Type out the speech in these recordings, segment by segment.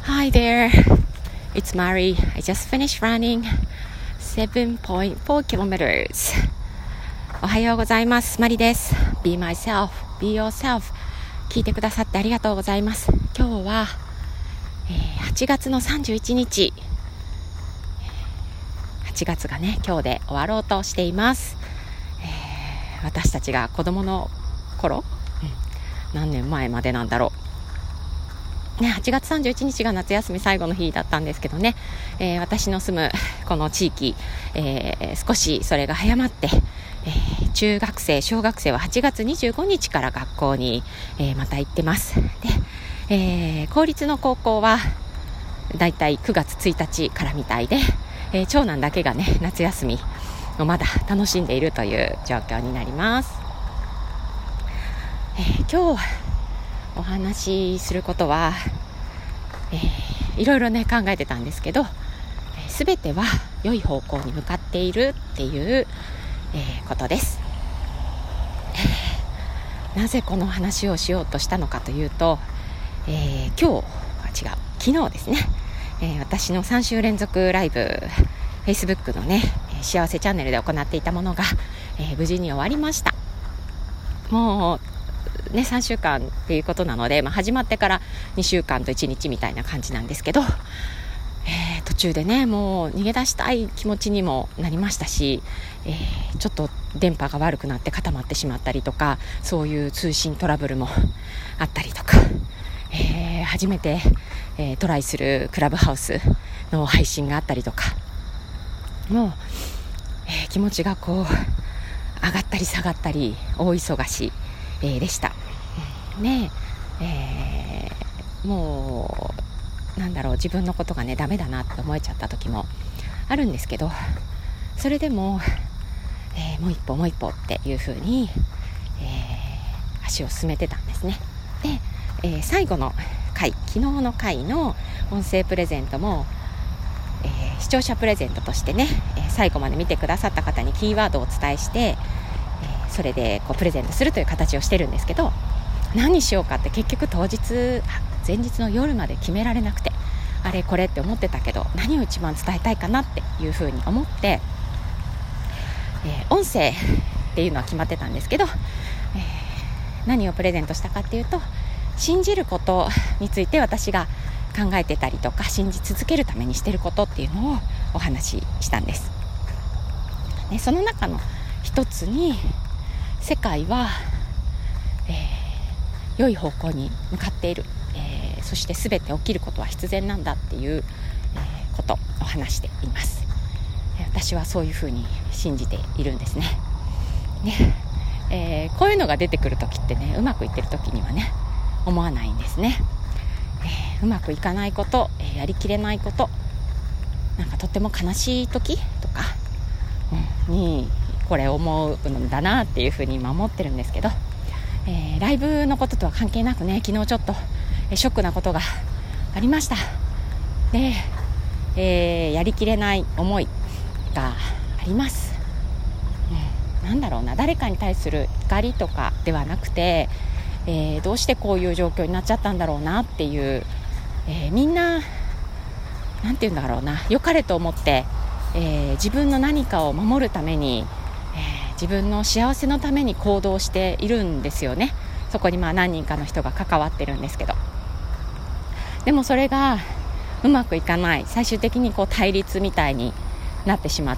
Hi there, it's Mari. I just finished running 7.4 kilometers. おはようございます。マリです。Be myself, be yourself. 聞いてくださってありがとうございます。今日は、8月の31日。8月がね、今日で終わろうとしています。私たちが子供の頃、何年前までなんだろう。ね、8月31日が夏休み最後の日だったんですけどね、私の住むこの地域、少しそれが早まって、中学生、小学生は8月25日から学校に、また行ってます。で、公立の高校はだいたい9月1日からみたいで、長男だけがね、夏休みをまだ楽しんでいるという状況になります。今日お話しすることは、いろいろね考えてたんですけど、全ては良い方向に向かっているっていう、ことです。なぜこの話をしようとしたのかというと、昨日ですね、私の3週連続ライブ Facebook のね幸せチャンネルで行っていたものが、無事に終わりました。もうね、3週間っていうことなので、始まってから2週間と1日みたいな感じなんですけど、途中でねもう逃げ出したい気持ちにもなりましたし、ちょっと電波が悪くなって固まってしまったりとか、そういう通信トラブルもあったりとか、初めて、トライするクラブハウスの配信があったりとか、もう、気持ちがこう上がったり下がったり大忙しでしたね。もう自分のことがねダメだなって思えちゃった時もあるんですけど、それでも、もう一歩っていう風に、足を進めてたんですね。で、最後の回、昨日の回の音声プレゼントも、視聴者プレゼントとしてね、最後まで見てくださった方にキーワードをお伝えして、それでこうプレゼントするという形をしてるんですけど、何しようかって結局前日の夜まで決められなくて、あれこれって思ってたけど何を一番伝えたいかなっていうふうに思って、音声っていうのは決まってたんですけど、何をプレゼントしたかっていうと、信じることについて私が考えてたりとか信じ続けるためにしてることっていうのをお話ししたんです。でその中の一つに、世界は、良い方向に向かっている、そして全て起きることは必然なんだっていう、ことを話しています。私はそういうふうに信じているんですね。こういうのが出てくる時ってね、うまくいってる時にはね思わないんですね。うまくいかないこと、やりきれないこと、とっても悲しい時とか、にこれ思うんだなっていうふうに今思ってるんですけど、ライブのこととは関係なくね、昨日ちょっとショックなことがありました。で、やりきれない思いがあります。誰かに対する怒りとかではなくて、どうしてこういう状況になっちゃったんだろうなっていう、みんな良かれと思って、自分の何かを守るために、自分の幸せのために行動しているんですよね。そこに何人かの人が関わってるんですけど、でもそれがうまくいかない、最終的に対立みたいになってしまって、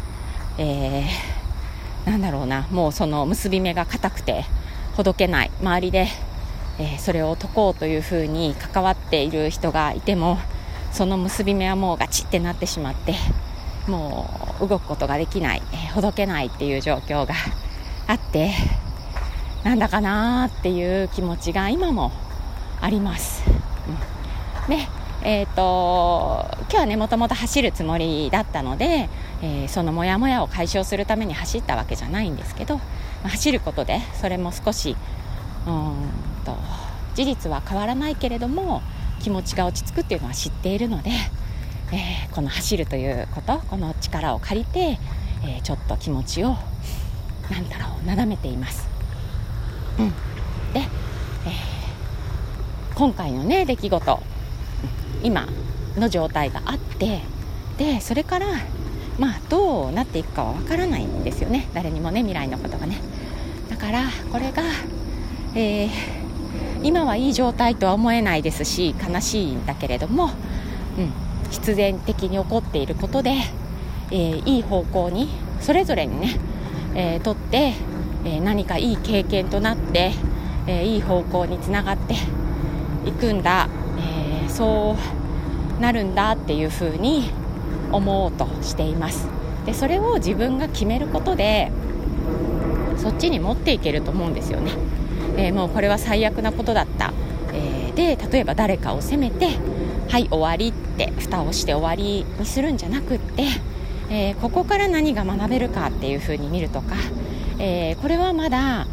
もうその結び目が固くてほどけない、周りで、それを解こうというふうに関わっている人がいても、その結び目はもうガチってなってしまって、もう動くことができない、ほどけないっていう状況があって、なんだかなっていう気持ちが今もあります。で、今日はねもともと走るつもりだったので、そのモヤモヤを解消するために走ったわけじゃないんですけど、走ることでそれも少し事実は変わらないけれども気持ちが落ち着くっていうのは知っているので、この走るということ、この力を借りて、ちょっと気持ちをなだめています。で、今回のね出来事、 今の状態があって、でそれからどうなっていくかはわからないんですよね、誰にもね、未来のことがね。だからこれが、今はいい状態とは思えないですし、悲しいんだけれども、必然的に起こっていることで、いい方向にそれぞれにね、とって、何かいい経験となって、いい方向につながっていくんだ、そうなるんだっていうふうに思おうとしています。でそれを自分が決めることでそっちに持っていけると思うんですよね。もうこれは最悪なことだった、で例えば誰かを責めてはい終わりって蓋をして終わりにするんじゃなくって、ここから何が学べるかっていうふうに見るとか、これはまだ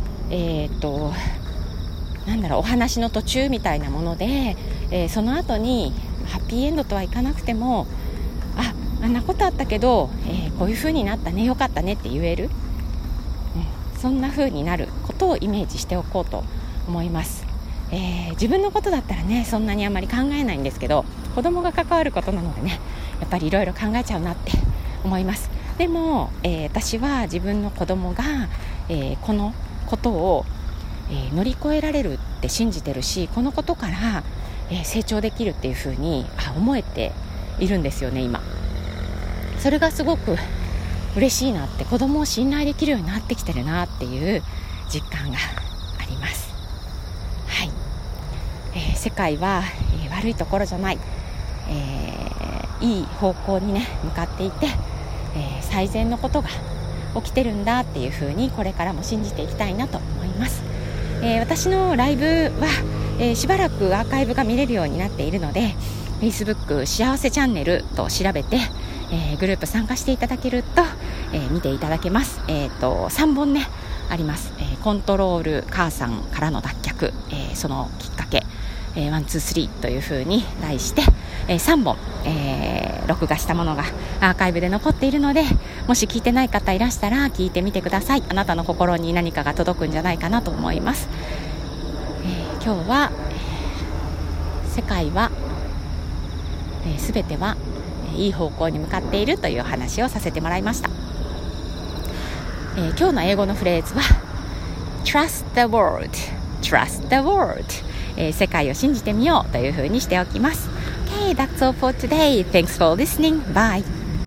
お話の途中みたいなもので、その後にハッピーエンドとはいかなくても、あんなことあったけど、こういう風になったね、よかったねって言える、そんな風になることをイメージしておこうと思います。自分のことだったらね、そんなにあまり考えないんですけど、子供が関わることなのでね、やっぱりいろいろ考えちゃうなって思います。でも、私は自分の子供が、このことを乗り越えられるって信じてるし、このことから、成長できるっていうふうに思えているんですよね。今それがすごく嬉しいなって、子供を信頼できるようになってきてるなっていう実感があります。はい、世界は、悪いところじゃない、いい方向にね向かっていて、最善のことが起きてるんだっていうふうにこれからも信じていきたいなと思います。私のライブは、しばらくアーカイブが見れるようになっているので、 Facebook 幸せチャンネルと調べて、グループ参加していただけると、見ていただけます。3本ねあります。コントロール母さんからの脱却、そのきっかけ、1、2、3というふうに題して、3本、録画したものがアーカイブで残っているので、もし聞いてない方いらしたら聞いてみてください。あなたの心に何かが届くんじゃないかなと思います。今日は、世界は、全てはいい方向に向かっているという話をさせてもらいました。今日の英語のフレーズは Trust the world Trust the world、世界を信じてみようというふうにしておきます。Okay, that's all for today. Thanks for listening. Bye.